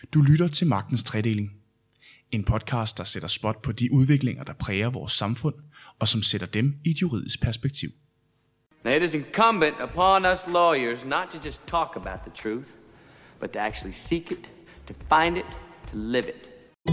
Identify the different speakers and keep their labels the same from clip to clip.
Speaker 1: Du lytter til Magtens Tredeling. En podcast, der sætter spot på de udviklinger, der præger vores samfund, og som sætter dem i et juridisk perspektiv.
Speaker 2: Now, it is incumbent upon us lawyers not to just talk about the truth, but to actually seek it, to find it, to live it.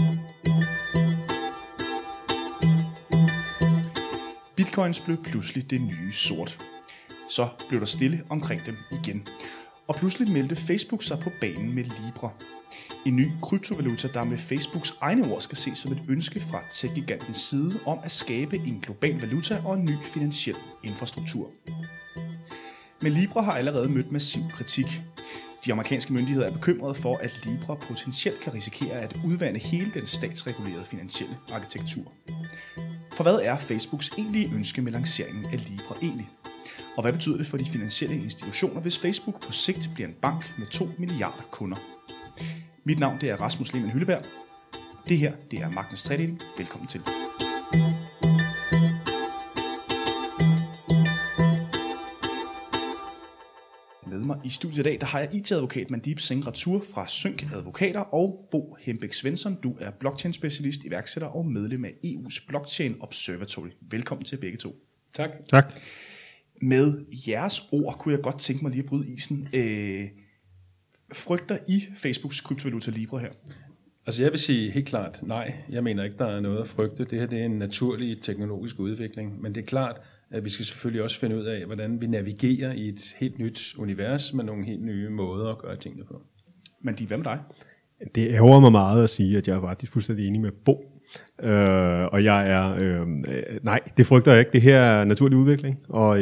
Speaker 1: Bitcoins blev pludselig det nye sort. Så blev der stille omkring dem igen. Og pludselig meldte Facebook sig på banen med Libra. En ny kryptovaluta, der med Facebooks egne ord skal ses som et ønske fra tech-gigantens side om at skabe en global valuta og en ny finansiel infrastruktur. Men Libra har allerede mødt massiv kritik. De amerikanske myndigheder er bekymrede for, at Libra potentielt kan risikere at udvande hele den statsregulerede finansielle arkitektur. For hvad er Facebooks egentlige ønske med lanceringen af Libra egentlig? Og hvad betyder det for de finansielle institutioner, hvis Facebook på sigt bliver en bank med 2 milliarder kunder? Mit navn det er Rasmus Lehmann Hylleberg. Det her det er Magtens Tredeling. Velkommen til. Med mig i studiet i dag, der har jeg IT-advokat Mandeep Singh Rathur fra Sync Advokater og Bo Hembæk Svensson. Du er blockchain-specialist, iværksætter og medlem af EU's Blockchain Observatory. Velkommen til begge to.
Speaker 3: Tak.
Speaker 1: Med jeres ord kunne jeg godt tænke mig lige at bryde isen. Frygter I Facebooks kryptovaluta Libra her?
Speaker 3: Altså jeg vil sige helt klart nej. Jeg mener ikke, der er noget at frygte. Det her det er en naturlig teknologisk udvikling. Men det er klart, at vi skal selvfølgelig også finde ud af, hvordan vi navigerer i et helt nyt univers med nogle helt nye måder at gøre tingene på.
Speaker 1: Men hvad med dig?
Speaker 4: Det ærger mig meget at sige, at jeg er faktisk fuldstændig enig med Bo. Og jeg er... nej, det frygter jeg ikke. Det her er naturlig udvikling,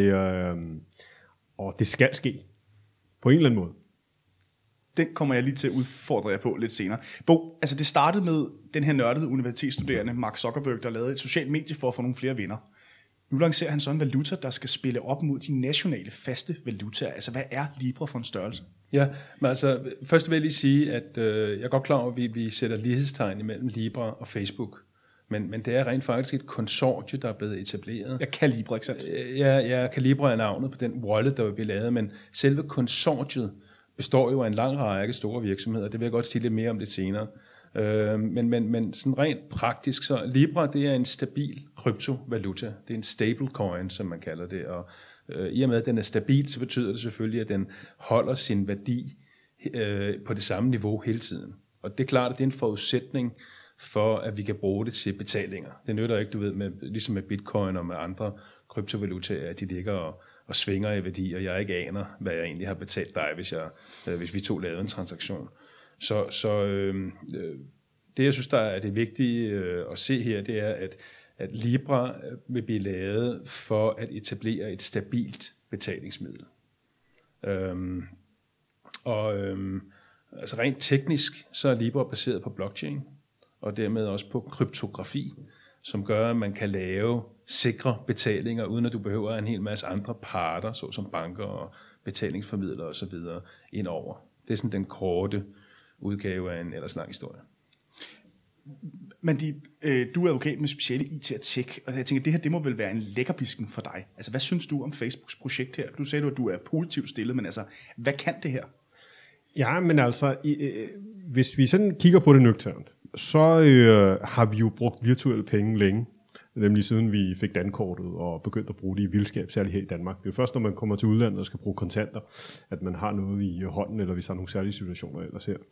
Speaker 4: og det skal ske på en eller anden måde.
Speaker 1: Den kommer jeg lige til at udfordre jer på lidt senere. Bo, altså det startede med den her nørdede universitetsstuderende Mark Zuckerberg, der lavede et socialt medie for at få nogle flere venner. Nu lancerer han så en valuta, der skal spille op mod de nationale faste valutaer. Altså hvad er Libra for en størrelse?
Speaker 3: Ja, men altså først vil jeg lige sige, at jeg er godt klar over, at vi sætter lighedstegn imellem Libra og Facebook. Men det er rent faktisk et konsortie, der er blevet etableret.
Speaker 1: Ja, Calibra, ikke sandt?
Speaker 3: Ja, Calibra er navnet på den wallet, der vil blive lavet, men selve konsortiet består jo af en lang række store virksomheder. Det vil jeg godt sige lidt mere om lidt senere. Men sådan rent praktisk, så Libra det er en stabil kryptovaluta. Det er en stablecoin, som man kalder det. Og i og med, at den er stabil, så betyder det selvfølgelig, at den holder sin værdi på det samme niveau hele tiden. Og det er klart, at det er en forudsætning for, at vi kan bruge det til betalinger. Det nytter ikke, du ved, ligesom med bitcoin og med andre kryptovalutaer, at de ligger og svinger i værdi, og jeg ikke aner, hvad jeg egentlig har betalt dig, hvis vi to lavede en transaktion. Så det, jeg synes, der er det vigtige at se her, det er, at Libra vil blive lavet for at etablere et stabilt betalingsmiddel. Altså rent teknisk, så er Libra baseret på blockchain, og dermed også på kryptografi, som gør, at man kan lave sikre betalinger, uden at du behøver en hel masse andre parter, såsom banker og betalingsformidlere osv. indover. Det er sådan den korte udgave af en ellers lang historie.
Speaker 1: Men du er advokat med speciale IT og tech, og jeg tænker, det her det må vel være en lækkerbisken for dig. Altså, hvad synes du om Facebooks projekt her? Du sagde, at du er positivt stillet, men altså, hvad kan det her?
Speaker 4: Ja, men altså, hvis vi sådan kigger på det nøgternt, så har vi jo brugt virtuelle penge længe. Nemlig siden vi fik dankortet og begyndte at bruge det i vildskab, særligt her i Danmark. Det er først, når man kommer til udlandet og skal bruge kontanter, at man har noget i hånden, eller hvis der er nogle særlige situationer ellers her.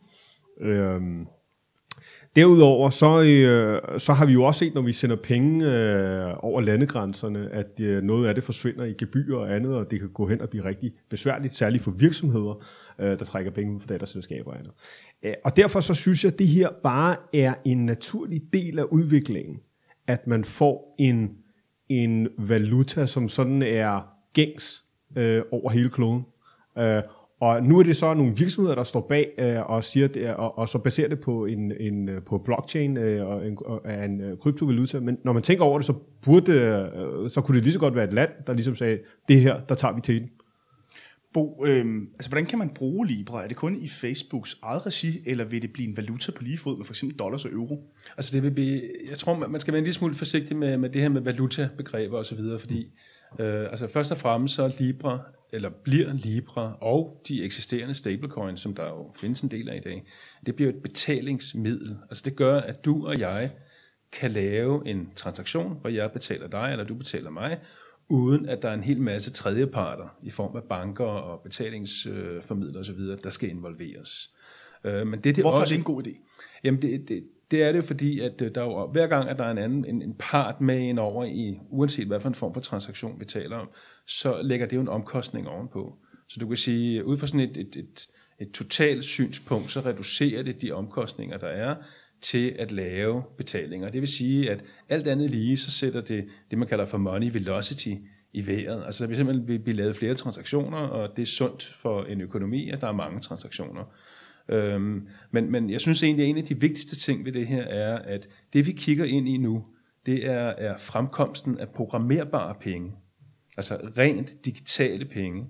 Speaker 4: Derudover, så har vi jo også set, når vi sender penge over landegrænserne, at noget af det forsvinder i gebyrer og andet, og det kan gå hen og blive rigtig besværligt, særligt for virksomheder, der trækker penge ud fra datterselskaber og andet. Og derfor så synes jeg, at det her bare er en naturlig del af udviklingen, at man får en valuta, som sådan er gængs over hele kloden. Og nu er det så nogle virksomheder, der står bag og siger det, og så baserer det på på blockchain og en kryptovaluta. Men når man tænker over det, så kunne det lige så godt være et land, der ligesom sagde, det her, der tager vi til den.
Speaker 1: Bo, altså hvordan kan man bruge Libra? Er det kun i Facebooks eget regi, eller vil det blive en valuta på lige fod med for eksempel dollars og euro?
Speaker 3: Altså det vil blive, jeg tror man skal være en lille smule forsigtig med det her med valutabegreber og så videre, fordi Altså først og fremmest så er Libra, eller bliver Libra og de eksisterende stablecoins, som der jo findes en del af i dag, det bliver et betalingsmiddel. Altså det gør, at du og jeg kan lave en transaktion, hvor jeg betaler dig, eller du betaler mig, uden at der er en hel masse tredjeparter i form af banker og betalingsformidler osv., der skal involveres. Men
Speaker 1: Hvorfor er det en god idé?
Speaker 3: Jamen det er det, fordi at der jo, hver gang, at der er en part med ind over i, uanset hvad for en form for transaktion vi taler om, så lægger det jo en omkostning ovenpå. Så du kan sige, ud fra sådan et totalt synspunkt, så reducerer det de omkostninger, der er til at lave betalinger. Det vil sige, at alt andet lige, så sætter det man kalder for money velocity i vejret. Altså vi simpelthen vil blive lavet flere transaktioner, og det er sundt for en økonomi, at der er mange transaktioner. Men jeg synes egentlig, at en af de vigtigste ting ved det her er, at det vi kigger ind i nu, det er fremkomsten af programmerbare penge. Altså rent digitale penge.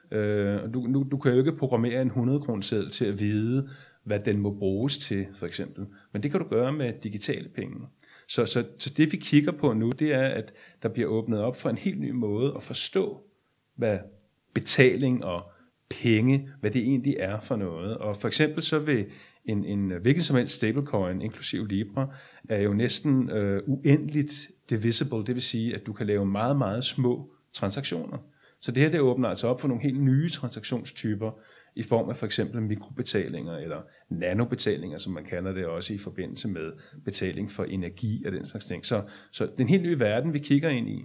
Speaker 3: Du kan jo ikke programmere en 100-kroneseddel til at vide, hvad den må bruges til, for eksempel. Men det kan du gøre med digitale penge. Så det vi kigger på nu, det er, at der bliver åbnet op for en helt ny måde at forstå, hvad betaling og penge, hvad det egentlig er for noget. Og for eksempel så vil en hvilken som helst stablecoin, inklusive Libra, er jo næsten uendeligt divisible, det vil sige, at du kan lave meget, meget små transaktioner. Så det her, det åbner altså op for nogle helt nye transaktionstyper, i form af for eksempel mikrobetalinger eller nanobetalinger, som man kalder det også i forbindelse med betaling for energi og den slags ting. Så det er en helt ny verden, vi kigger ind i.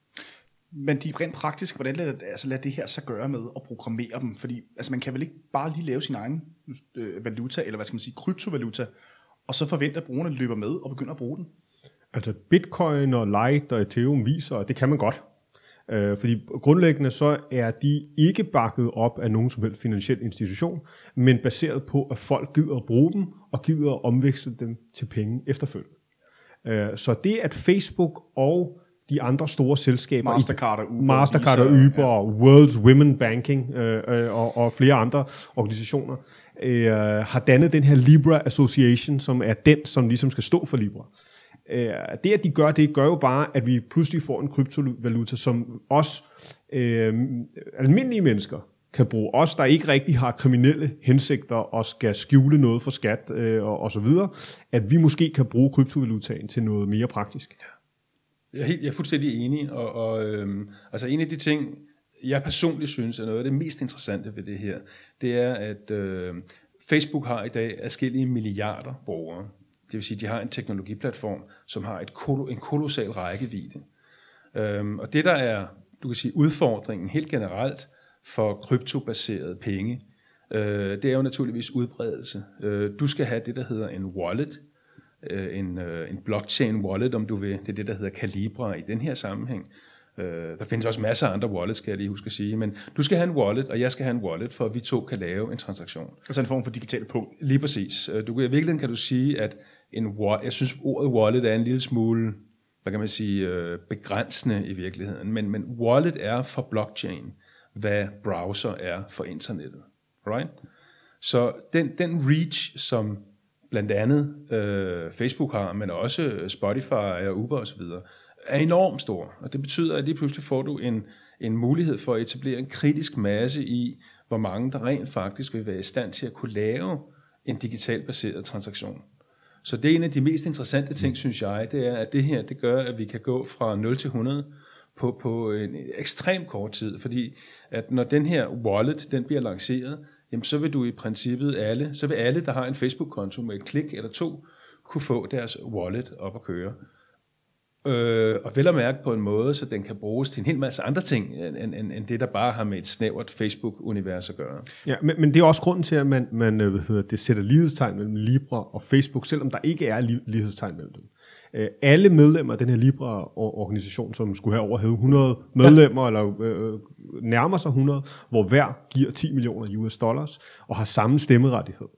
Speaker 1: Men de er rent praktisk, hvordan lader det her så gøre med at programmere dem? Fordi altså, man kan vel ikke bare lige lave sin egen valuta, eller hvad skal man sige, kryptovaluta, og så forvente, at brugerne løber med og begynder at bruge den?
Speaker 4: Altså Bitcoin og Lite og Ethereum viser, at det kan man godt. Fordi grundlæggende så er de ikke bakket op af nogen som helst finansiel institution, men baseret på, at folk gider at bruge dem, og gider at omveksle dem til penge efterfølgende. Så det, at Facebook og de andre store selskaber, Mastercard og Uber og World Women Banking og flere andre organisationer, har dannet den her Libra Association, som er den, som ligesom skal stå for Libra. Det, at de gør det, gør jo bare, at vi pludselig får en kryptovaluta, som os almindelige mennesker kan bruge. Os, der ikke rigtig har kriminelle hensigter og skal skjule noget for skat og så videre, at vi måske kan bruge kryptovalutaen til noget mere praktisk.
Speaker 3: Jeg er fuldstændig enig, og altså en af de ting, jeg personligt synes er noget af det mest interessante ved det her, det er, at Facebook har i dag adskillige milliarder brugere. Det vil sige, at de har en teknologiplatform, som har en kolossal rækkevidde. Og det, der er, du kan sige, udfordringen helt generelt for kryptobaserede penge, det er jo naturligvis udbredelse. Du skal have det, der hedder en wallet, en blockchain wallet, om du vil. Det er det, der hedder Calibra i den her sammenhæng. Der findes også masser af andre wallets, skal jeg lige huske at sige, men du skal have en wallet, og jeg skal have en wallet, for at vi to kan lave en transaktion.
Speaker 1: Altså en form for digital punkt.
Speaker 3: Lige præcis. I virkeligheden kan du sige, at jeg synes, ordet wallet er en lille smule, hvad kan man sige, begrænsende i virkeligheden, men wallet er for blockchain, hvad browser er for internettet. Right? Så den reach, som blandt andet Facebook har, men også Spotify og Uber osv., er enormt stor, og det betyder, at lige pludselig får du en mulighed for at etablere en kritisk masse i, hvor mange der rent faktisk vil være i stand til at kunne lave en digitalt baseret transaktion. Så det er en af de mest interessante ting, synes jeg, det er, at det her, det gør, at vi kan gå fra 0 til 100 på en ekstrem kort tid, fordi at når den her wallet, den bliver lanceret, jamen så vil du i princippet alle, der har en Facebook-konto med et klik eller to, kunne få deres wallet op at køre. Og vel at mærke på en måde, så den kan bruges til en hel masse andre ting, end det, der bare har med et snævert Facebook-univers at gøre.
Speaker 4: Ja, men det er også grunden til, at man det sætter lighedstegn mellem Libra og Facebook, selvom der ikke er lighedstegn mellem dem. Alle medlemmer af den her Libra-organisation, som skulle have over 100 medlemmer, eller nærmer sig 100, hvor hver giver 10 millioner US dollars, og har samme stemmerettighed.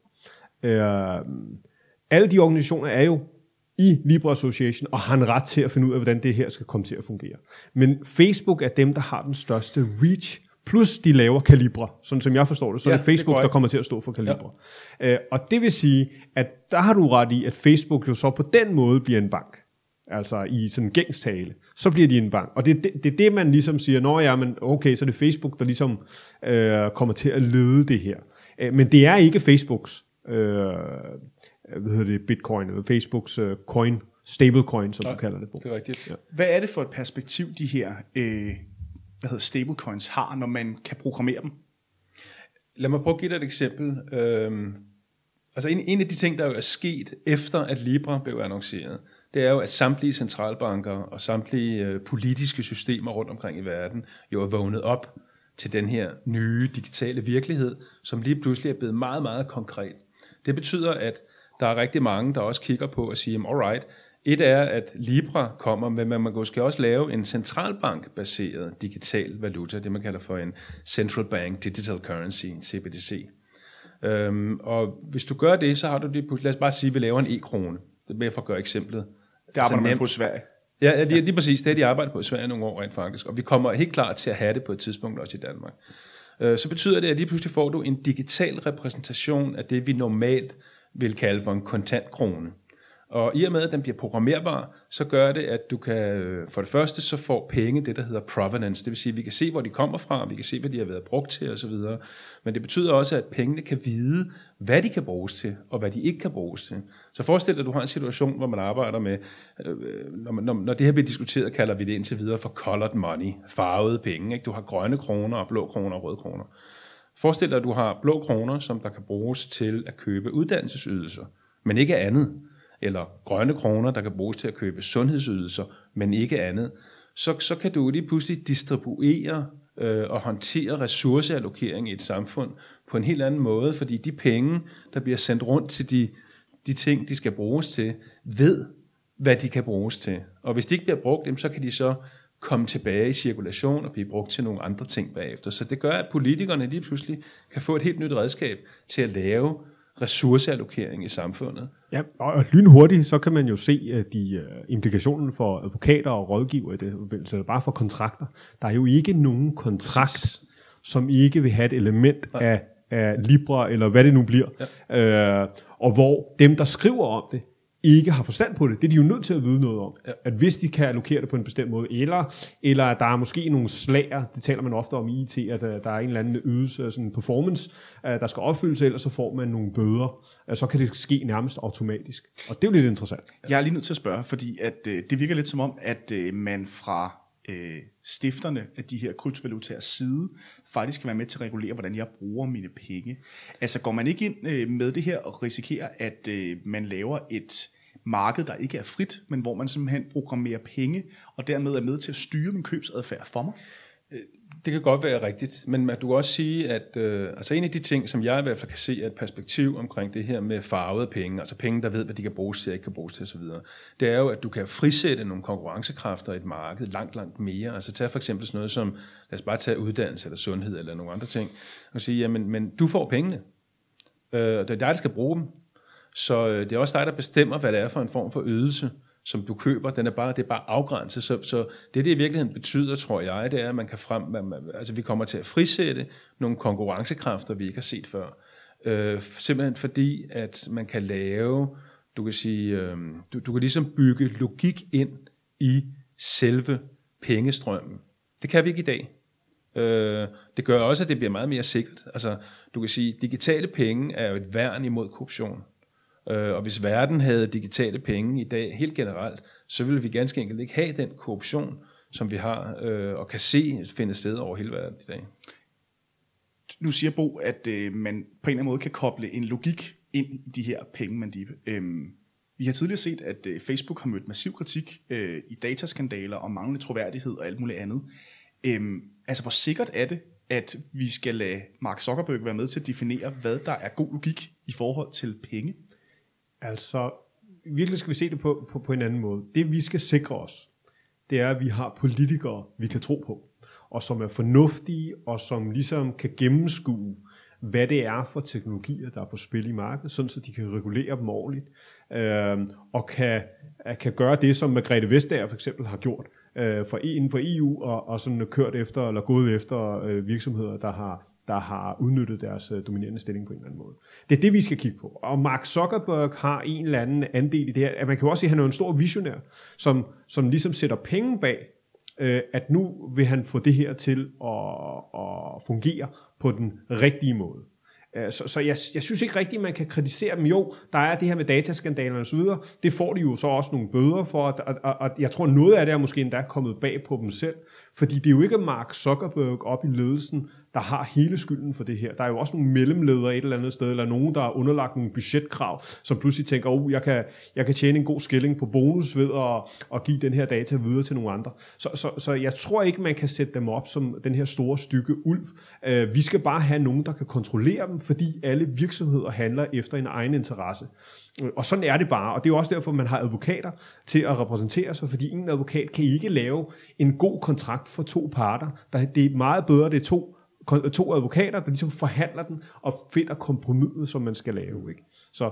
Speaker 4: Alle de organisationer er jo i Libra Association, og har en ret til at finde ud af, hvordan det her skal komme til at fungere. Men Facebook er dem, der har den største reach, plus de laver Calibra. Sådan som jeg forstår det, så er det Facebook, der kommer til at stå for Calibra. Ja. Og det vil sige, at der har du ret i, at Facebook jo så på den måde bliver en bank. Altså i sådan en gængstale. så bliver de en bank. Og det er det, man ligesom siger, nå ja, men okay, så er det Facebook, der ligesom kommer til at lede det her. Men det er ikke Facebooks Bitcoin, eller Facebooks coin, stablecoin, som du kalder det på.
Speaker 3: Det er rigtigt.
Speaker 1: Ja. Hvad er det for et perspektiv, de her stablecoins har, når man kan programmere dem?
Speaker 3: Lad mig prøve at give dig et eksempel. Altså en af de ting, der jo er sket efter, at Libra blev annonceret, det er jo, at samtlige centralbanker og samtlige politiske systemer rundt omkring i verden jo er vågnet op til den her nye digitale virkelighed, som lige pludselig er blevet meget, meget konkret. Det betyder, at der er rigtig mange, der også kigger på og siger, alright, et er, at Libra kommer, men man skal også lave en centralbank-baseret digital valuta, det man kalder for en Central Bank Digital Currency, en CBDC. Og hvis du gør det, så har du det, lad os bare sige, at vi laver en e-krone. Det er mere for at gøre eksemplet.
Speaker 1: Det arbejder man på i Sverige.
Speaker 3: Ja, lige præcis. Det har de arbejdet på i Sverige nogle år rent faktisk. Og vi kommer helt klart til at have det på et tidspunkt også i Danmark. Så betyder det, at lige pludselig får du en digital repræsentation af det, vi normalt vil kalde for en kontantkrone. Og i og med, at den bliver programmerbar, så gør det, at du kan, for det første, så får penge det, der hedder provenance. Det vil sige, at vi kan se, hvor de kommer fra, vi kan se, hvad de har været brugt til osv. Men det betyder også, at pengene kan vide, hvad de kan bruges til, og hvad de ikke kan bruges til. Så forestil dig, at du har en situation, hvor man arbejder med, når det her bliver diskuteret, kalder vi det indtil videre for colored money, farvede penge. Ikke? Du har grønne kroner, og blå kroner og røde kroner. Forestil dig, at du har blå kroner, som der kan bruges til at købe uddannelsesydelser, men ikke andet. Eller grønne kroner, der kan bruges til at købe sundhedsydelser, men ikke andet, så kan du lige pludselig distribuere og håndtere ressourceallokering i et samfund på en helt anden måde, fordi de penge, der bliver sendt rundt til de ting, de skal bruges til, ved, hvad de kan bruges til. Og hvis de ikke bliver brugt, så kan de så komme tilbage i cirkulation og blive brugt til nogle andre ting bagefter. Så det gør, at politikerne lige pludselig kan få et helt nyt redskab til at lave ressourceallokering i samfundet.
Speaker 4: Ja, og lynhurtigt, så kan man jo se de implikationer for advokater og rådgiver i det, så bare for kontrakter. Der er jo ikke nogen kontrakt, som ikke vil have et element af Libra, eller hvad det nu bliver. Ja. Og hvor dem, der skriver om det, ikke har forstand på det. Det er de jo nødt til at vide noget om. Ja. At hvis de kan allokere det på en bestemt måde, eller at der er måske nogle slager, det taler man ofte om i IT, at der er en eller anden ydelse, sådan en performance, der skal opfyldes, ellers så får man nogle bøder. Så kan det ske nærmest automatisk. Og det er jo lidt interessant.
Speaker 1: Jeg er lige nødt til at spørge, fordi at, det virker lidt som om, at man fra stifterne af de her kryptovalutaers side faktisk kan være med til at regulere, hvordan jeg bruger mine penge. Altså går man ikke ind med det her og risikerer, at man laver et marked, der ikke er frit, men hvor man simpelthen programmerer penge, og dermed er med til at styre min købsadfærd for mig?
Speaker 3: Det kan godt være rigtigt, men du kan også sige, at altså en af de ting, som jeg i hvert fald kan se er et perspektiv omkring det her med farvede penge, altså penge, der ved, hvad de kan bruges til og ikke kan bruges til osv., det er jo, at du kan frisætte nogle konkurrencekræfter i et marked langt mere. Altså tag for eksempel sådan noget som, lad os bare tage uddannelse eller sundhed eller nogle andre ting, og sige, jamen, men du får pengene, det er dig, der skal bruge dem, så det er også dig, der bestemmer, hvad det er for en form for ydelse, som du køber, det er bare afgrænset. Så det i virkeligheden betyder, tror jeg, det er, at man kan altså vi kommer til at frisætte nogle konkurrencekræfter, vi ikke har set før. Simpelthen fordi, at man kan lave, du kan sige, du kan ligesom bygge logik ind i selve pengestrømmen. Det kan vi ikke i dag. Det gør også, at det bliver meget mere sikkert. Altså, du kan sige, digitale penge er jo et værn imod korruption. Og hvis verden havde digitale penge i dag helt generelt, så ville vi ganske enkelt ikke have den korruption, som vi har og kan se finde sted over hele verden i dag.
Speaker 1: Nu siger Bo, at man på en eller anden måde kan koble en logik ind i de her penge, man dippe. Vi har tidligere set, at Facebook har mødt massiv kritik i dataskandaler og manglende troværdighed og alt muligt andet. Altså, hvor sikkert er det, at vi skal lade Mark Zuckerberg være med til at definere, hvad der er god logik i forhold til penge?
Speaker 4: Altså, virkelig skal vi se det på en anden måde. Det vi skal sikre os, det er, at vi har politikere, vi kan tro på, og som er fornuftige, og som ligesom kan gennemskue, hvad det er for teknologier, der er på spil i markedet, sådan så de kan regulere dem ordentligt, og kan gøre det, som Margrethe Vestager for eksempel har gjort inden for EU, og sådan kørt efter, eller gået efter virksomheder, der der har udnyttet deres dominerende stilling på en eller anden måde. Det er det, vi skal kigge på. Og Mark Zuckerberg har en eller anden andel i det her. At man kan jo også se, at han er en stor visionær, som ligesom sætter penge bag, at nu vil han få det her til at fungere på den rigtige måde. Så jeg synes ikke rigtigt, man kan kritisere dem. Jo, der er det her med dataskandalerne og så videre. Det får de jo så også nogle bøder for, og jeg tror, noget af det er måske endda kommet bag på dem selv. Fordi det er jo ikke Mark Zuckerberg op i ledelsen, der har hele skylden for det her. Der er jo også nogle mellemledere et eller andet sted, eller nogen, der er underlagt nogle budgetkrav, som pludselig tænker, jeg kan tjene en god skilling på bonus ved at give den her data videre til nogle andre. Så jeg tror ikke, man kan sætte dem op som den her store stykke ulv. Vi skal bare have nogen, der kan kontrollere dem, fordi alle virksomheder handler efter en egen interesse. Og sådan er det bare, og det er jo også derfor, man har advokater til at repræsentere sig, fordi ingen advokat kan ikke lave en god kontrakt for to parter. Det er meget bedre, det er to advokater, der ligesom forhandler den og finder kompromiset, som man skal lave. Ikke? Så.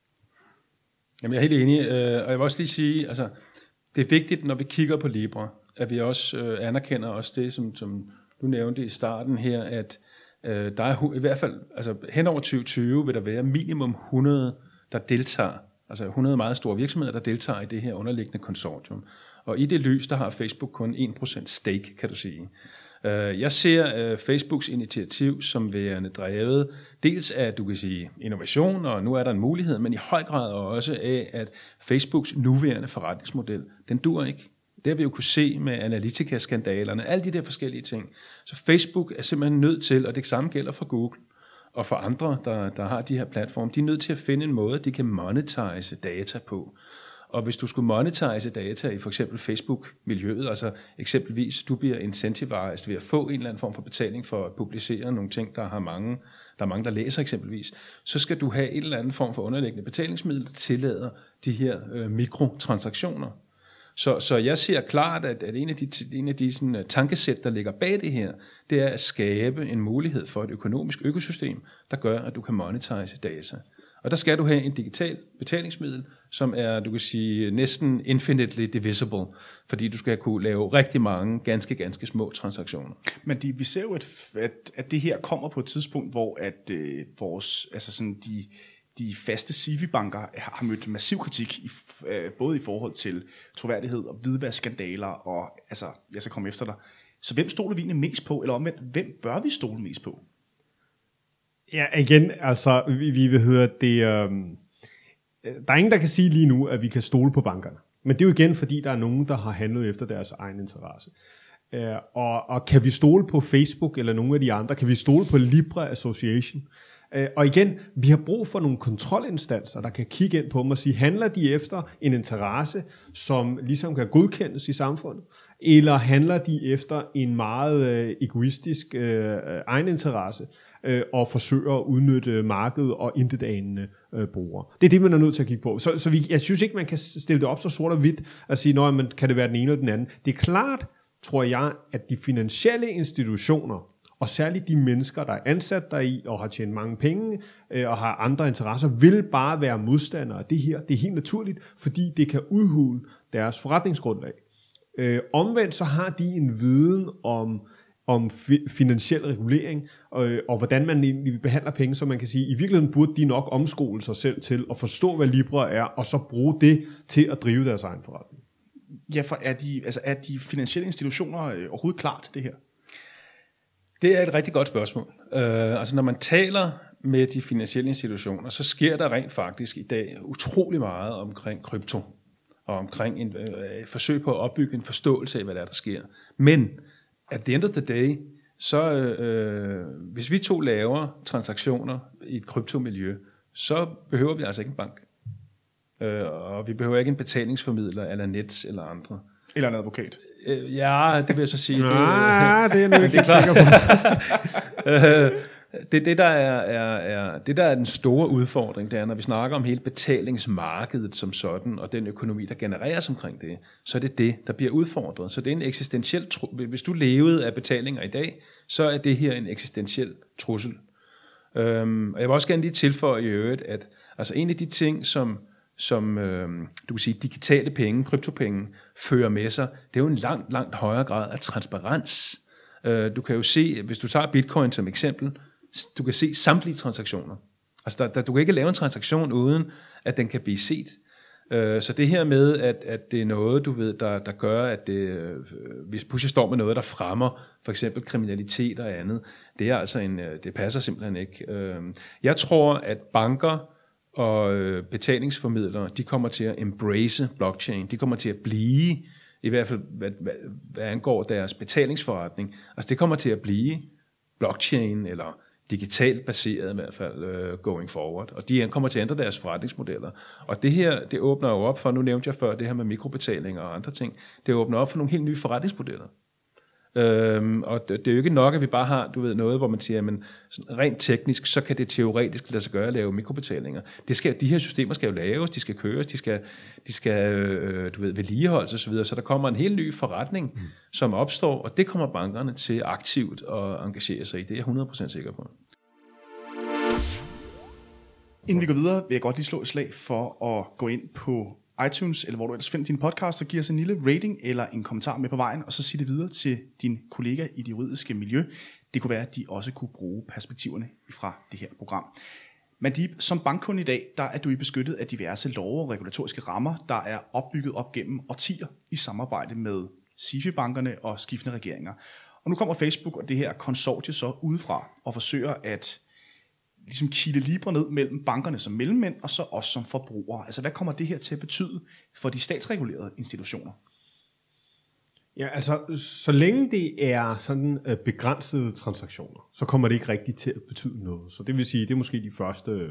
Speaker 3: Jamen, jeg er helt enig, og jeg vil også lige sige, altså, det er vigtigt, når vi kigger på Libra, at vi også anerkender også det, som du nævnte i starten her, at der er i hvert fald, altså hen over 2020 vil der være minimum 100, der deltager, altså 100 meget store virksomheder, der deltager i det her underliggende konsortium. Og i det lys, der har Facebook kun 1% stake, kan du sige. Jeg ser Facebooks initiativ som værende drevet dels af, du kan sige, innovation, og nu er der en mulighed, men i høj grad også af, at Facebooks nuværende forretningsmodel, den dur ikke. Det har vi jo kunne se med Analytica-skandalerne, alle de der forskellige ting. Så Facebook er simpelthen nødt til, og det samme gælder for Google, og for andre, der har de her platforme, de er nødt til at finde en måde, de kan monetize data på. Og hvis du skulle monetize data i for eksempel Facebook-miljøet, altså eksempelvis du bliver incentivized ved at få en eller anden form for betaling for at publicere nogle ting, der er mange, der læser eksempelvis, så skal du have en eller anden form for underliggende betalingsmiddel, der tillader de her mikrotransaktioner. Så jeg ser klart, at en af de sådan, tankesæt, der ligger bag det her, det er at skabe en mulighed for et økonomisk økosystem, der gør, at du kan monetize data. Og der skal du have en digital betalingsmiddel, som er, du kan sige, næsten infinitely divisible, fordi du skal kunne lave rigtig mange ganske små transaktioner.
Speaker 1: Men vi ser jo, at det her kommer på et tidspunkt, hvor at vores, altså sådan de faste SIFI-banker har mødt massiv kritik, både i forhold til troværdighed og hvidvaskskandaler, og altså, jeg skal komme efter dig. Så hvem stoler vi egentlig mest på, eller omvendt, hvem bør vi stole mest på?
Speaker 4: Ja, igen, altså, vi vil høre det. Der er ingen, der kan sige lige nu, at vi kan stole på bankerne. Men det er jo igen, fordi der er nogen, der har handlet efter deres egen interesse. Og kan vi stole på Facebook eller nogle af de andre? Kan vi stole på Libra Association? Og igen, vi har brug for nogle kontrolinstanser, der kan kigge ind på dem og sige, handler de efter en interesse, som ligesom kan godkendes i samfundet? Eller handler de efter en meget egoistisk egeninteresse og forsøger at udnytte markedet og intetanende brugere? Det er det, man er nødt til at kigge på. Jeg synes ikke, man kan stille det op så sort og hvidt og sige, men kan det være den ene eller den anden? Det er klart, tror jeg, at de finansielle institutioner, og særligt de mennesker, der er ansat deri og har tjent mange penge og har andre interesser, vil bare være modstandere af det her. Det er helt naturligt, fordi det kan udhule deres forretningsgrundlag. Omvendt så har de en viden om finansiel regulering og hvordan man egentlig behandler penge, så man kan sige, i virkeligheden burde de nok omskole sig selv til at forstå, hvad Libra er, og så bruge det til at drive deres egen forretning.
Speaker 1: Ja, for er de finansielle institutioner overhovedet klar til det her?
Speaker 3: Det er et rigtig godt spørgsmål. Altså når man taler med de finansielle institutioner, så sker der rent faktisk i dag utrolig meget omkring krypto, og omkring et forsøg på at opbygge en forståelse af, hvad der sker. Men at the end of the day, så hvis vi to laver transaktioner i et kryptomiljø, så behøver vi altså ikke en bank. Og vi behøver ikke en betalingsformidler, eller Nets, eller andre.
Speaker 1: Eller en advokat.
Speaker 3: Ja, det vil jeg så sige.
Speaker 4: Det er nu ikke sikker på.
Speaker 3: Det der er den store udfordring, det er, når vi snakker om hele betalingsmarkedet som sådan, og den økonomi, der genereres omkring det, så er det, der bliver udfordret. Så det er en eksistentiel hvis du levede af betalinger i dag, så er det her en eksistentiel trussel. Og jeg vil også gerne lige tilføje i øvrigt, at altså en af de ting, som du kan sige, digitale penge, kryptopenge, fører med sig, det er jo en langt højere grad af transparens. Du kan jo se, hvis du tager Bitcoin som eksempel, du kan se samtlige transaktioner. Altså du kan ikke lave en transaktion uden, at den kan blive set. Så det her med, at det er noget, du ved, der gør, at hvis pludselig står med noget, der fremmer for eksempel kriminalitet og andet, det er altså det passer simpelthen ikke. Jeg tror, at banker og betalingsformidlere, de kommer til at embrace blockchain. De kommer til at blive, i hvert fald hvad angår deres betalingsforretning, altså det kommer til at blive blockchain eller digitalt baseret i hvert fald going forward. Og de kommer til at ændre deres forretningsmodeller. Og det her, det åbner jo op for, nu nævnte jeg før det her med mikrobetalinger og andre ting, det åbner op for nogle helt nye forretningsmodeller. Og det er jo ikke nok, at vi bare har, du ved, noget, hvor man siger, men rent teknisk, så kan det teoretisk lade sig gøre at lave mikrobetalinger. De her systemer skal jo laves, de skal køres, de skal du ved, vedligeholdes og så videre, så der kommer en helt ny forretning, som opstår, og det kommer bankerne til aktivt at engagere sig i. Det er jeg 100% sikker på.
Speaker 1: Inden vi går videre, vil jeg godt lige slå et slag for at gå ind på iTunes, eller hvor du ellers finder din podcast, og giver os en lille rating eller en kommentar med på vejen, og så sig det videre til din kollega i det juridiske miljø. Det kunne være, at de også kunne bruge perspektiverne fra det her program. Mandip, som bankkunde i dag, der er du i beskyttet af diverse love og regulatoriske rammer, der er opbygget op gennem årtier i samarbejde med SIFI-bankerne og skiftende regeringer. Og nu kommer Facebook og det her konsortie så udefra og forsøger at ligesom kilde Libra ned mellem bankerne som mellemmænd, og så os som forbrugere. Altså, hvad kommer det her til at betyde for de statsregulerede institutioner?
Speaker 4: Ja, altså, så længe det er sådan begrænsede transaktioner, så kommer det ikke rigtigt til at betyde noget. Så det vil sige, det er måske de første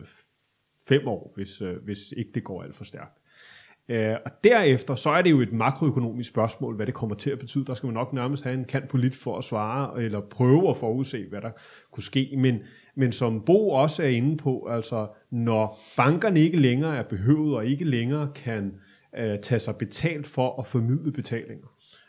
Speaker 4: 5 år, hvis ikke det går alt for stærkt. Og derefter, så er det jo et makroøkonomisk spørgsmål, hvad det kommer til at betyde. Der skal man nok nærmest have en kant på lidt for at svare, eller prøve at forudse, hvad der kunne ske. Men som Bo også er inde på, altså når bankerne ikke længere er behøvet, og ikke længere kan tage sig betalt for at formidle betalinger,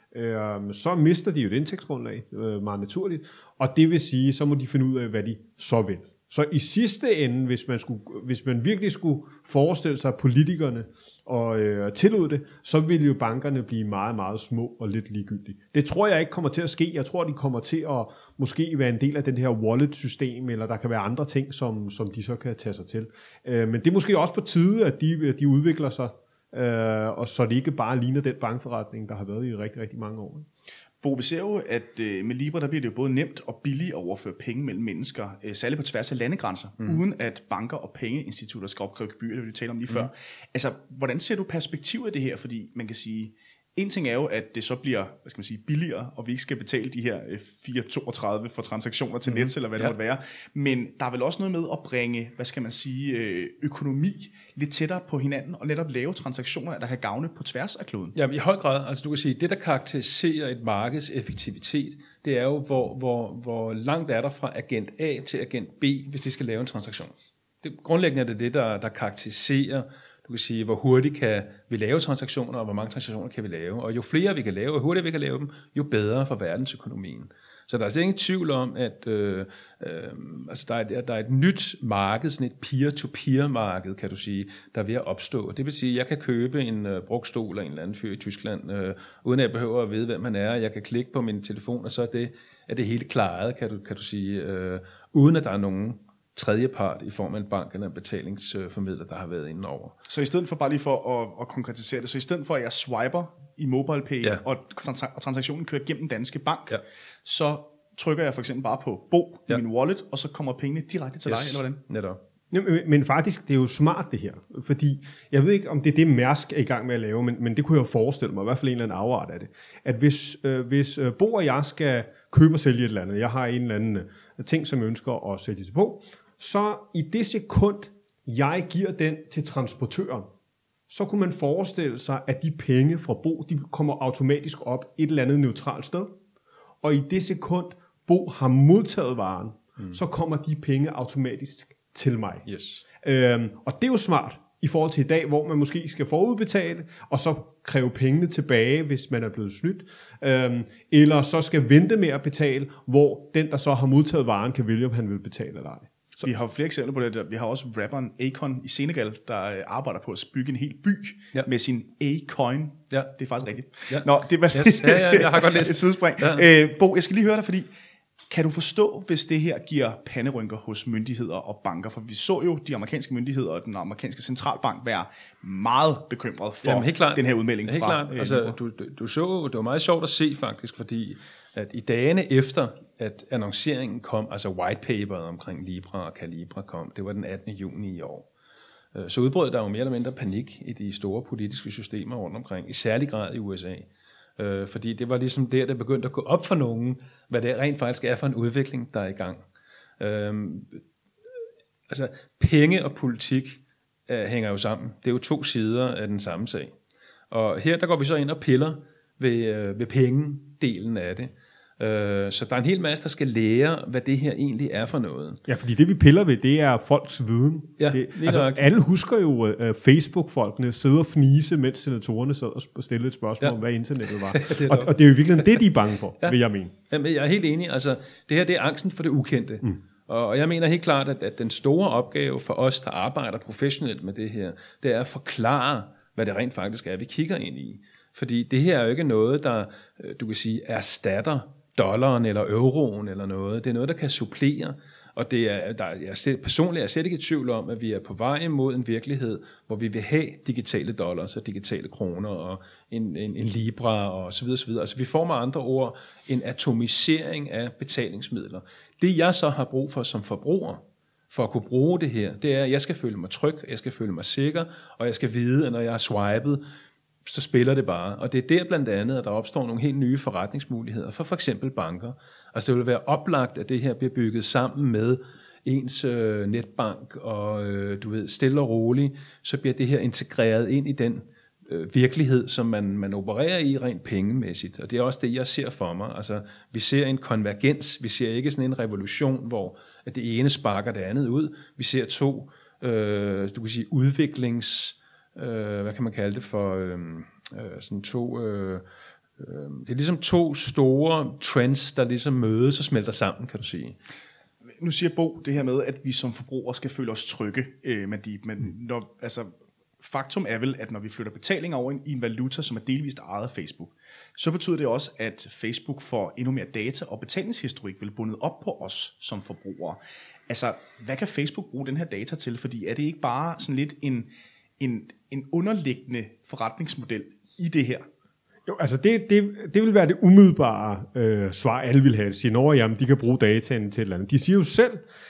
Speaker 4: så mister de jo et indtægtsgrundlag, meget naturligt, og det vil sige, så må de finde ud af, hvad de så vil. Så i sidste ende, hvis man virkelig skulle forestille sig politikerne og tillod det, så ville jo bankerne blive meget, meget små og lidt ligegyldige. Det tror jeg ikke kommer til at ske. Jeg tror, de kommer til at måske være en del af den her wallet-system, eller der kan være andre ting, som de så kan tage sig til. Men det er måske også på tide, at de udvikler sig, og så det ikke bare ligner den bankforretning, der har været i rigtig, rigtig mange år.
Speaker 1: Bo, vi ser jo, at med Libra, der bliver det jo både nemt og billigt at overføre penge mellem mennesker, særligt på tværs af landegrænser, uden at banker og pengeinstitutter skal opkræve gebyrer, det vi talte om lige før. Altså, hvordan ser du perspektivet af det her? Fordi man kan sige, en ting er jo, at det så bliver, hvad skal man sige, billigere, og vi ikke skal betale de her 4,32 for transaktioner til net, eller hvad det måtte være. Men der er vel også noget med at bringe, hvad skal man sige, økonomi lidt tættere på hinanden, og netop lave transaktioner, der kan gavne på tværs af kloden.
Speaker 3: Ja, i høj grad. Altså du kan sige, det der karakteriserer et markeds effektivitet, det er jo, hvor langt er der fra agent A til agent B, hvis de skal lave en transaktion. Grundlæggende er det, der karakteriserer, du kan sige, hvor hurtigt kan vi lave transaktioner, og hvor mange transaktioner kan vi lave. Og jo flere vi kan lave, og hurtigere vi kan lave dem, jo bedre for verdensøkonomien. Så der er slet ingen tvivl om, at altså der er et nyt marked, sådan et peer-to-peer-marked, kan du sige, der er ved at opstå. Det vil sige, at jeg kan købe en brugt stol af en eller anden fyr i Tyskland, uden at jeg behøver at vide, hvem han er. Jeg kan klikke på min telefon, og så er det hele klaret, kan du sige, uden at der er nogen tredje part i form af en bank eller en betalingsformidler, der har været inde over.
Speaker 1: Så i stedet for, bare lige for at konkretisere det, så i stedet for, at jeg swiper i MobilePay, og transaktionen kører gennem Danske Bank, så trykker jeg for eksempel bare på Bo i min wallet, og så kommer pengene direkte til dig, eller hvordan?
Speaker 3: Netop.
Speaker 4: Men faktisk, det er jo smart det her, fordi jeg ved ikke, om det er det Mærsk er i gang med at lave, men det kunne jeg jo forestille mig, i hvert fald en eller anden afart af det, at hvis Bo og jeg skal købe og sælge et eller andet, jeg har en eller anden ting, som jeg ønsker at sælge til Bo, så i det sekund, jeg giver den til transportøren, så kunne man forestille sig, at de penge fra Bo, de kommer automatisk op et eller andet neutralt sted. Og i det sekund, Bo har modtaget varen, så kommer de penge automatisk til mig.
Speaker 3: Yes.
Speaker 4: Og det er jo smart i forhold til i dag, hvor man måske skal forudbetale, og så kræve pengene tilbage, hvis man er blevet snydt. Eller så skal vente med at betale, hvor den, der så har modtaget varen, kan vælge, om han vil betale eller ej.
Speaker 1: Vi har flere eksempler på det. Vi har også rapperen Akon i Senegal, der arbejder på at bygge en hel by med sin A-coin. Ja. Det er faktisk rigtigt.
Speaker 3: Ja.
Speaker 1: Nå, det var
Speaker 3: jeg har godt læst
Speaker 1: et sidespring. Ja. Bo, jeg skal lige høre dig, fordi kan du forstå, hvis det her giver panderynker hos myndigheder og banker? For vi så jo de amerikanske myndigheder og den amerikanske centralbank være meget bekymret for den her udmelding fra...
Speaker 3: Klart. Altså, du så, det var meget sjovt at se faktisk, fordi at i dagene efter, at annonceringen kom, altså whitepaperet omkring Libra og Calibra kom, det var den 18. juni i år, så udbrød der jo mere eller mindre panik i de store politiske systemer rundt omkring, i særlig grad i USA. Fordi det var ligesom der begyndte at gå op for nogen, hvad det rent faktisk er for en udvikling, der er i gang. Altså, penge og politik hænger jo sammen. Det er jo to sider af den samme sag. Og her der går vi så ind og piller ved pengedelen af det. Så der er en hel masse, der skal lære, hvad det her egentlig er for noget.
Speaker 4: Ja, fordi det vi piller ved, det er folks viden.
Speaker 3: Ja,
Speaker 4: altså, alle husker jo Facebook-folkene sidder og fnise, mens senatorerne sad og stillede et spørgsmål om, hvad internettet var. Og det er jo virkelig det, de er bange for, vil jeg mene.
Speaker 3: Jamen, jeg er helt enig. Altså, det her det er angsten for det ukendte. Og jeg mener helt klart, at den store opgave for os, der arbejder professionelt med det her, det er at forklare, hvad det rent faktisk er, vi kigger ind i. Fordi det her er jo ikke noget, der, du kan sige, erstatter dollaren eller euroen eller noget. Det er noget, der kan supplere. Og det er, personligt er jeg slet ikke i tvivl om, at vi er på vej imod en virkelighed, hvor vi vil have digitale dollars og digitale kroner og en Libra og så videre, så videre. Altså vi får med andre ord en atomisering af betalingsmidler. Det jeg så har brug for som forbruger, for at kunne bruge det her, det er, at jeg skal føle mig tryg, jeg skal føle mig sikker, og jeg skal vide, at når jeg har swipet, så spiller det bare. Og det er der blandt andet, at der opstår nogle helt nye forretningsmuligheder for eksempel banker. Altså det vil være oplagt, at det her bliver bygget sammen med ens netbank, og du ved, stille og roligt, så bliver det her integreret ind i den virkelighed, som man opererer i rent pengemæssigt. Og det er også det, jeg ser for mig. Altså, vi ser en konvergens, vi ser ikke sådan en revolution, hvor at det ene sparker det andet ud. Vi ser to, du kan sige, hvad kan man kalde det for, sådan to, det er ligesom to store trends, der ligesom mødes og smelter sammen, kan du sige.
Speaker 1: Nu siger Bo det her med, at vi som forbrugere skal føle os trygge, men når, altså, faktum er vel, at når vi flytter betalinger over i en valuta, som er delvist ejet af Facebook, så betyder det også, at Facebook får endnu mere data, og betalingshistorik vil bundet op på os som forbrugere. Altså, hvad kan Facebook bruge den her data til? Fordi er det ikke bare sådan lidt en underliggende forretningsmodel i det her?
Speaker 4: Jo, altså det vil være det umiddelbare svar, alle vil have. De siger, jamen, de kan bruge dataen til et eller andet. De siger jo selv,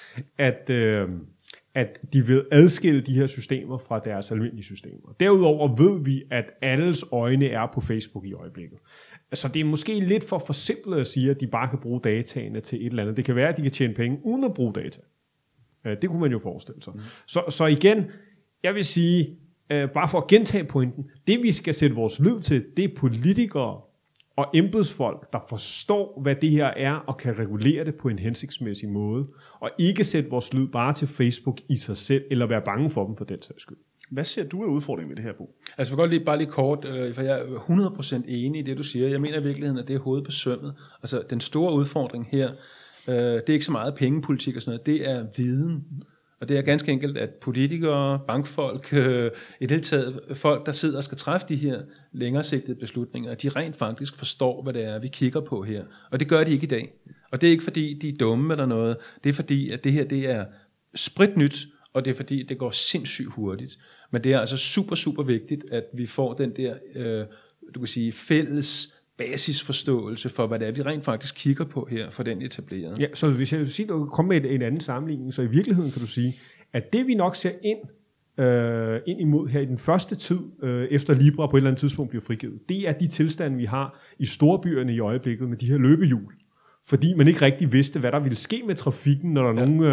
Speaker 4: at de vil adskille de her systemer fra deres almindelige systemer. Derudover ved vi, at alles øjne er på Facebook i øjeblikket. Så det er måske lidt for forsimplet at sige, at de bare kan bruge dataene til et eller andet. Det kan være, at de kan tjene penge uden at bruge data. Det kunne man jo forestille sig. Så igen, jeg vil sige, bare for at gentage pointen, det vi skal sætte vores lid til, det er politikere og embedsfolk, der forstår, hvad det her er, og kan regulere det på en hensigtsmæssig måde, og ikke sætte vores lid bare til Facebook i sig selv, eller være bange for dem for den sags skyld.
Speaker 1: Hvad ser du af udfordringen ved det her, Bo?
Speaker 3: Altså jeg vil godt bare lige kort, for jeg er 100% enig i det, du siger. Jeg mener i virkeligheden, at det er hovedet på sømmet. Altså den store udfordring her, det er ikke så meget pengepolitik og sådan noget, det er viden. Og det er ganske enkelt, at politikere, bankfolk, i det hele taget folk, der sidder og skal træffe de her længeresigtede beslutninger, at de rent faktisk forstår, hvad det er, vi kigger på her. Og det gør de ikke i dag. Og det er ikke fordi, de er dumme eller noget. Det er fordi, at det her det er spritnyt, og det er fordi, det går sindssygt hurtigt. Men det er altså super, super vigtigt, at vi får den der, du kan sige, fælles basisforståelse for, hvad det er, vi rent faktisk kigger på her, for den etableret. Ja,
Speaker 4: så hvis jeg vil sige, at du kommer med en anden sammenligning, så i virkeligheden kan du sige, at det vi nok ser ind imod her i den første tid, efter Libra på et eller andet tidspunkt bliver frigivet, det er de tilstande, vi har i storbyerne i øjeblikket med de her løbehjul. Fordi man ikke rigtig vidste, hvad der ville ske med trafikken, når der er nogen,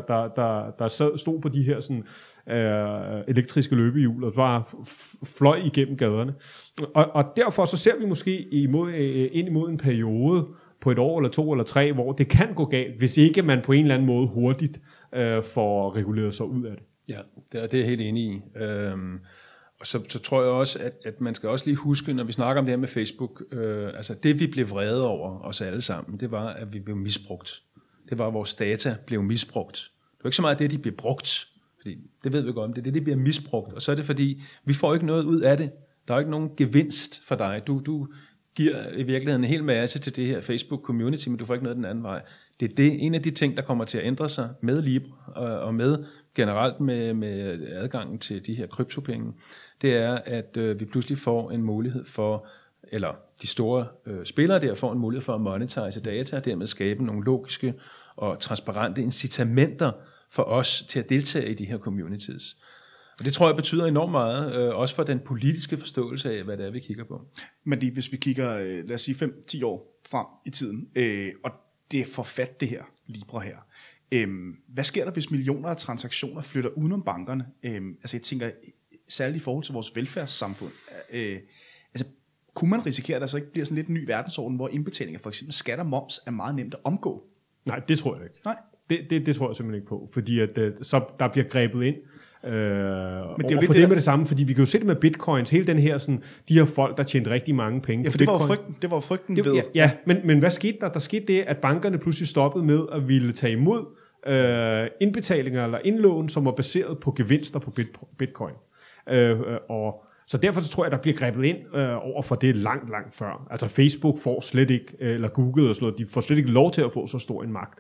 Speaker 4: der stod på de her sådan, elektriske løbehjul og bare fløj igennem gaderne. Og derfor så ser vi måske ind imod en periode på et år eller 2 eller 3, hvor det kan gå galt, hvis ikke man på en eller anden måde hurtigt får reguleret sig ud af det.
Speaker 3: Ja, det er jeg helt enig i. Og så tror jeg også, at man skal også lige huske, når vi snakker om det her med Facebook, altså det vi blev vrede over os alle sammen, det var, at vi blev misbrugt. Det var, at vores data blev misbrugt Det er ikke så meget det, de bliver brugt, fordi det ved vi godt om, det er det, de bliver misbrugt, og så er det fordi, vi får ikke noget ud af det. Der er ikke nogen gevinst for dig. Du giver i virkeligheden en hel masse til det her Facebook-community, men du får ikke noget den anden vej. Det er en af de ting, der kommer til at ændre sig med Libra, og med generelt med adgangen til de her kryptopenge. Det er, at vi pludselig får en mulighed for, eller de store spillere der får en mulighed for at monetize data, og dermed skabe nogle logiske og transparente incitamenter for os til at deltage i de her communities. Og det tror jeg betyder enormt meget, også for den politiske forståelse af, hvad det er, vi kigger på.
Speaker 1: Men hvis vi kigger, lad os sige 5-10 år frem i tiden, og det er forfat det her, Libra her. Hvad sker der, hvis millioner af transaktioner flytter udenom bankerne? Altså jeg tænker, særligt i forhold til vores velfærdssamfund. Altså kunne man risikere, at der så ikke bliver sådan lidt en ny verdensorden, hvor indbetalinger, for eksempel skat og moms, er meget nemt at omgå?
Speaker 4: Nej, det tror jeg ikke.
Speaker 1: Nej.
Speaker 4: Det tror jeg simpelthen ikke på, fordi at, så der bliver grebet ind. Men det er jo lidt det med det samme, fordi vi kan jo se det med bitcoins, hele den her sådan, de her folk, der tjente rigtig mange penge.
Speaker 1: Ja, for det var frygten ved.
Speaker 4: Ja, men hvad skete der? Der skete det, at bankerne pludselig stoppede med at ville tage imod indbetalinger eller indlån, som var baseret på gevinster på bitcoin. Og så derfor så tror jeg, der bliver grebet ind over for det langt før. Altså Facebook får slet ikke, eller Google og sådan noget, de får slet ikke lov til at få så stor en magt,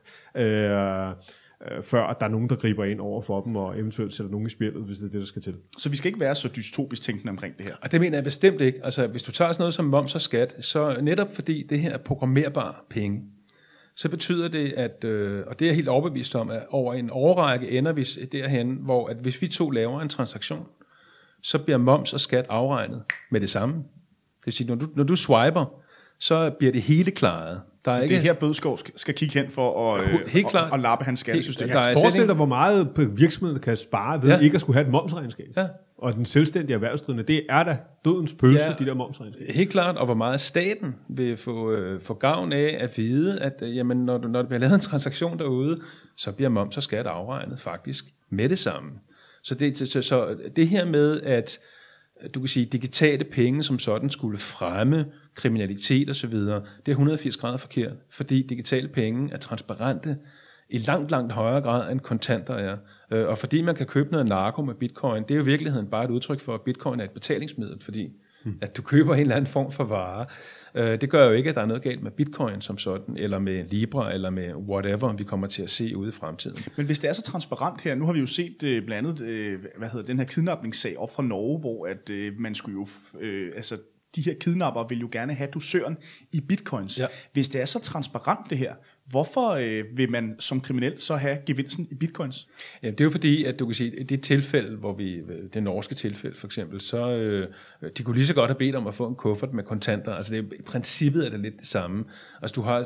Speaker 4: før der er nogen, der griber ind over for dem, og eventuelt sætter nogen i spillet, hvis det er det, der skal til.
Speaker 1: Så vi skal ikke være så dystopisk tænkende omkring det her?
Speaker 3: Og det mener jeg bestemt ikke. Altså hvis du tager sådan noget som moms og skat, så netop fordi det her er programmerbare penge, så betyder det, at, og det er jeg helt overbevist om, at over en årrække ender vi derhen, hvor at hvis vi to laver en transaktion, så bliver moms og skat afregnet med det samme. Det vil sige, når du swiper, så bliver det hele klaret. Der er
Speaker 1: så
Speaker 3: ikke...
Speaker 1: det her Bødskov skal kigge hen for at lappe hans skattesystem.
Speaker 4: Jeg kan forestille dig, hvor meget virksomheden kan spare ved ikke at skulle have et momsregnskab. Ja. Og den selvstændige erhvervsdrivende, det er da dødens pølse, de der momsregnskaber.
Speaker 3: Helt klart, og hvor meget staten vil få gavn af at vide, at jamen, når der bliver lavet en transaktion derude, så bliver moms og skat afregnet faktisk med det samme. Så det her med, at du kan sige, digitale penge som sådan skulle fremme kriminalitet osv., det er 180 grader forkert, fordi digitale penge er transparente i langt højere grad end kontanter er. Og fordi man kan købe noget narko med bitcoin, det er jo i virkeligheden bare et udtryk for, at bitcoin er et betalingsmiddel, fordi at du køber en eller anden form for vare. Det gør jo ikke, at der er noget galt med bitcoin som sådan, eller med Libra, eller med whatever, vi kommer til at se ude i fremtiden.
Speaker 1: Men hvis det er så transparent her, nu har vi jo set blandt andet den her kidnapningssag op fra Norge, hvor at man skulle jo, altså de her kidnapper vil jo gerne have dusøren i bitcoins. Ja. Hvis det er så transparent det her, hvorfor vil man som kriminel så have gevinsten i bitcoins? Ja,
Speaker 3: det er jo fordi, at du kan sige, at det tilfælde, hvor det norske tilfælde for eksempel, så de kunne lige så godt have bedt om at få en kuffert med kontanter. Altså i princippet er det lidt det samme. Altså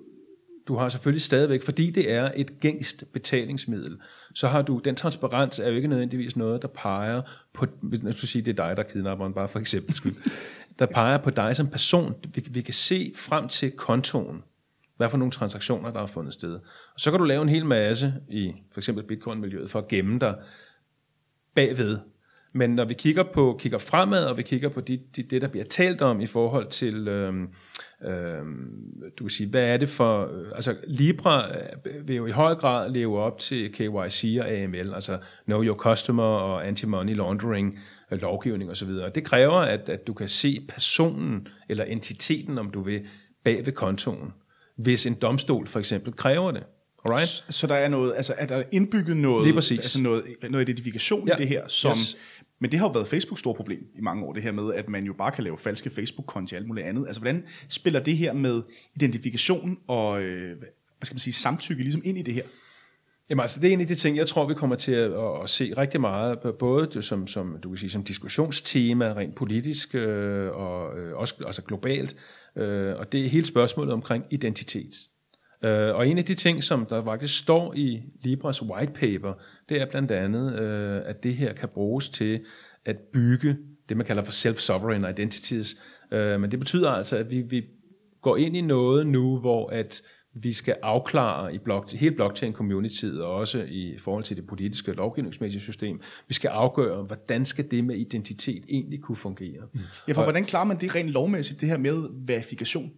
Speaker 3: du har selvfølgelig stadigvæk, fordi det er et gængst betalingsmiddel, så har du, den transparens er jo ikke nødvendigvis noget, der peger på, hvis du siger, det er dig, der kidnapper bare for eksempel skyld, der peger på dig som person. Vi kan se frem til kontoen, hvad for nogle transaktioner, der har fundet sted. Og så kan du lave en hel masse i for eksempel Bitcoin-miljøet for at gemme dig bagved. Men når vi kigger fremad, og vi kigger på det, der bliver talt om i forhold til, du kan sige, hvad er det for, altså Libra vil jo i høj grad leve op til KYC og AML, altså Know Your Customer og Anti-Money Laundering lovgivning osv. Det kræver, at du kan se personen eller entiteten, om du vil, bag ved kontoen, hvis en domstol for eksempel kræver det. Alright?
Speaker 1: Så der er noget, altså er der indbygget noget, altså noget identifikation i det her, som, men det har jo været Facebooks store problem i mange år, det her med, at man jo bare kan lave falske Facebook-konti og alt muligt andet. Altså hvordan spiller det her med identifikation og, hvad skal man sige, samtykke ligesom ind i det her?
Speaker 3: Jamen altså, det er en af de ting, jeg tror, vi kommer til at se rigtig meget, både som du kan sige, som diskussionstema, rent politisk og også altså globalt, og det er hele spørgsmålet omkring identitet. Og en af de ting, som der faktisk står i Libras white paper, det er blandt andet, at det her kan bruges til at bygge det, man kalder for self-sovereign identities. Men det betyder altså, at vi går ind i noget nu, hvor at vi skal afklare i hele blockchain-communityet, og også i forhold til det politiske lovgivningsmæssige system, vi skal afgøre, hvordan skal det med identitet egentlig kunne fungere.
Speaker 1: Ja, for hvordan klarer man det rent lovmæssigt, det her med verifikation?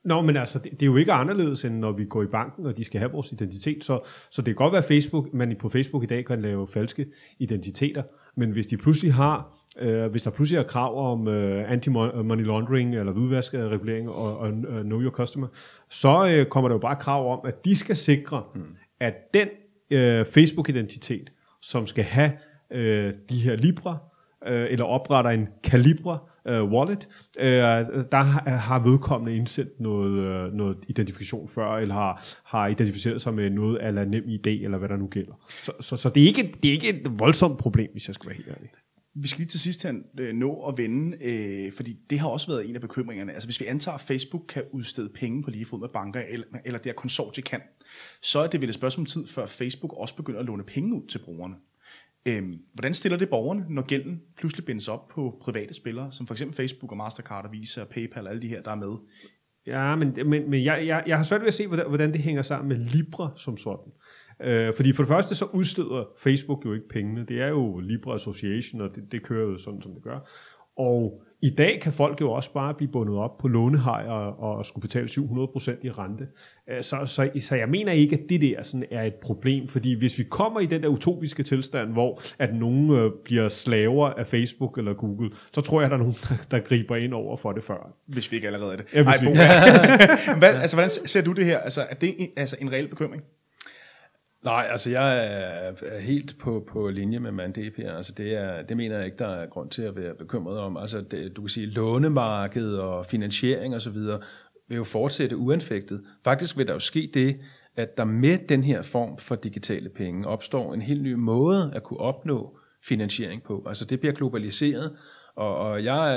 Speaker 4: Nå, men altså, det er jo ikke anderledes, end når vi går i banken, og de skal have vores identitet. Så det kan godt være, man på Facebook i dag kan lave falske identiteter, men hvis de pludselig har, hvis der pludselig er krav om anti-money laundering eller hvidvaskregulering og know your customer, så kommer der jo bare krav om, at de skal sikre, at den Facebook-identitet, som skal have de her Libra, eller opretter en Calibra wallet, der har vedkommende indsendt noget identifikation før, eller har identificeret sig med noget eller nem ID, eller hvad der nu gælder. Så det er ikke et voldsomt problem, hvis jeg skal være helt ærlig.
Speaker 1: Vi skal lige til sidst her nå at vende, fordi det har også været en af bekymringerne. Altså hvis vi antager, at Facebook kan udstede penge på lige fod med banker, eller det her konsortie kan, så er det vel et spørgsmål om tid, før Facebook også begynder at låne penge ud til brugerne. Hvordan stiller det borgerne, når gælden pludselig bindes op på private spillere, som for eksempel Facebook og Mastercard og Visa og PayPal og alle de her, der er med?
Speaker 4: Ja, men jeg har svært ved at se, hvordan det hænger sammen med Libra som sådan. Fordi for det første så udsteder Facebook jo ikke pengene. Det er jo Libra Association, og det kører jo sådan, som det gør. Og i dag kan folk jo også bare blive bundet op på lånehajer og skulle betale 700% i rente. Så jeg mener ikke, at det der sådan er et problem, fordi hvis vi kommer i den der utopiske tilstand, hvor at nogen bliver slaver af Facebook eller Google, så tror jeg, at der er nogen, der griber ind over for det før.
Speaker 1: Hvis vi ikke allerede er det.
Speaker 4: Ja,
Speaker 1: hvordan ser du det her? Altså, er det en reel bekymring?
Speaker 3: Nej, altså jeg er helt på linje med Mandep her. Altså det mener jeg ikke, der er grund til at være bekymret om. Altså du kan sige, lånemarked og finansiering osv. vil jo fortsætte uanfægtet. Faktisk vil der jo ske det, at der med den her form for digitale penge opstår en helt ny måde at kunne opnå finansiering på. Altså det bliver globaliseret, og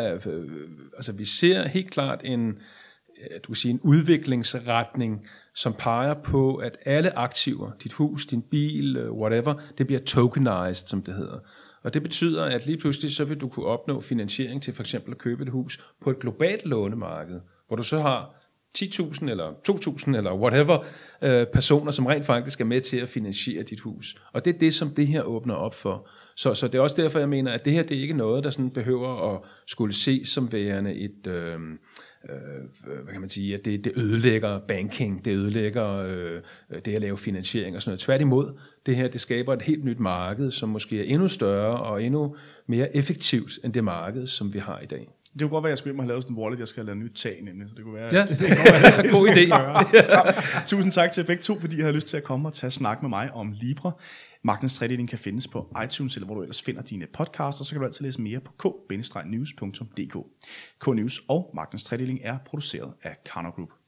Speaker 3: vi ser helt klart en udviklingsretning, som peger på, at alle aktiver, dit hus, din bil, whatever, det bliver tokenized, som det hedder. Og det betyder, at lige pludselig så vil du kunne opnå finansiering til for eksempel at købe et hus på et globalt lånemarked, hvor du så har 10.000 eller 2.000 eller whatever personer, som rent faktisk er med til at finansiere dit hus. Og det er det, som det her åbner op for. Så det er også derfor, jeg mener, at det her det er ikke noget, der sådan behøver at skulle ses som værende et... hvad kan man sige, at det ødelægger banking, det ødelægger det at lave finansiering og sådan noget. Tværtimod, det her det skaber et helt nyt marked, som måske er endnu større og endnu mere effektivt end det marked, som vi har i dag.
Speaker 1: Det kunne godt være, at jeg skulle have lavet sådan en wallet, jeg skal lave nyt tag nemlig. Så det kunne være,
Speaker 3: ja, det er en god idé.
Speaker 1: Tusind tak til begge to, fordi I havde lyst til at komme og tage snak med mig om Libra. Magtens Tredeling kan findes på iTunes, eller hvor du ellers finder dine podcasts, og så kan du altid læse mere på k-news.dk. K-News og Magtens Tredeling er produceret af Karner Group.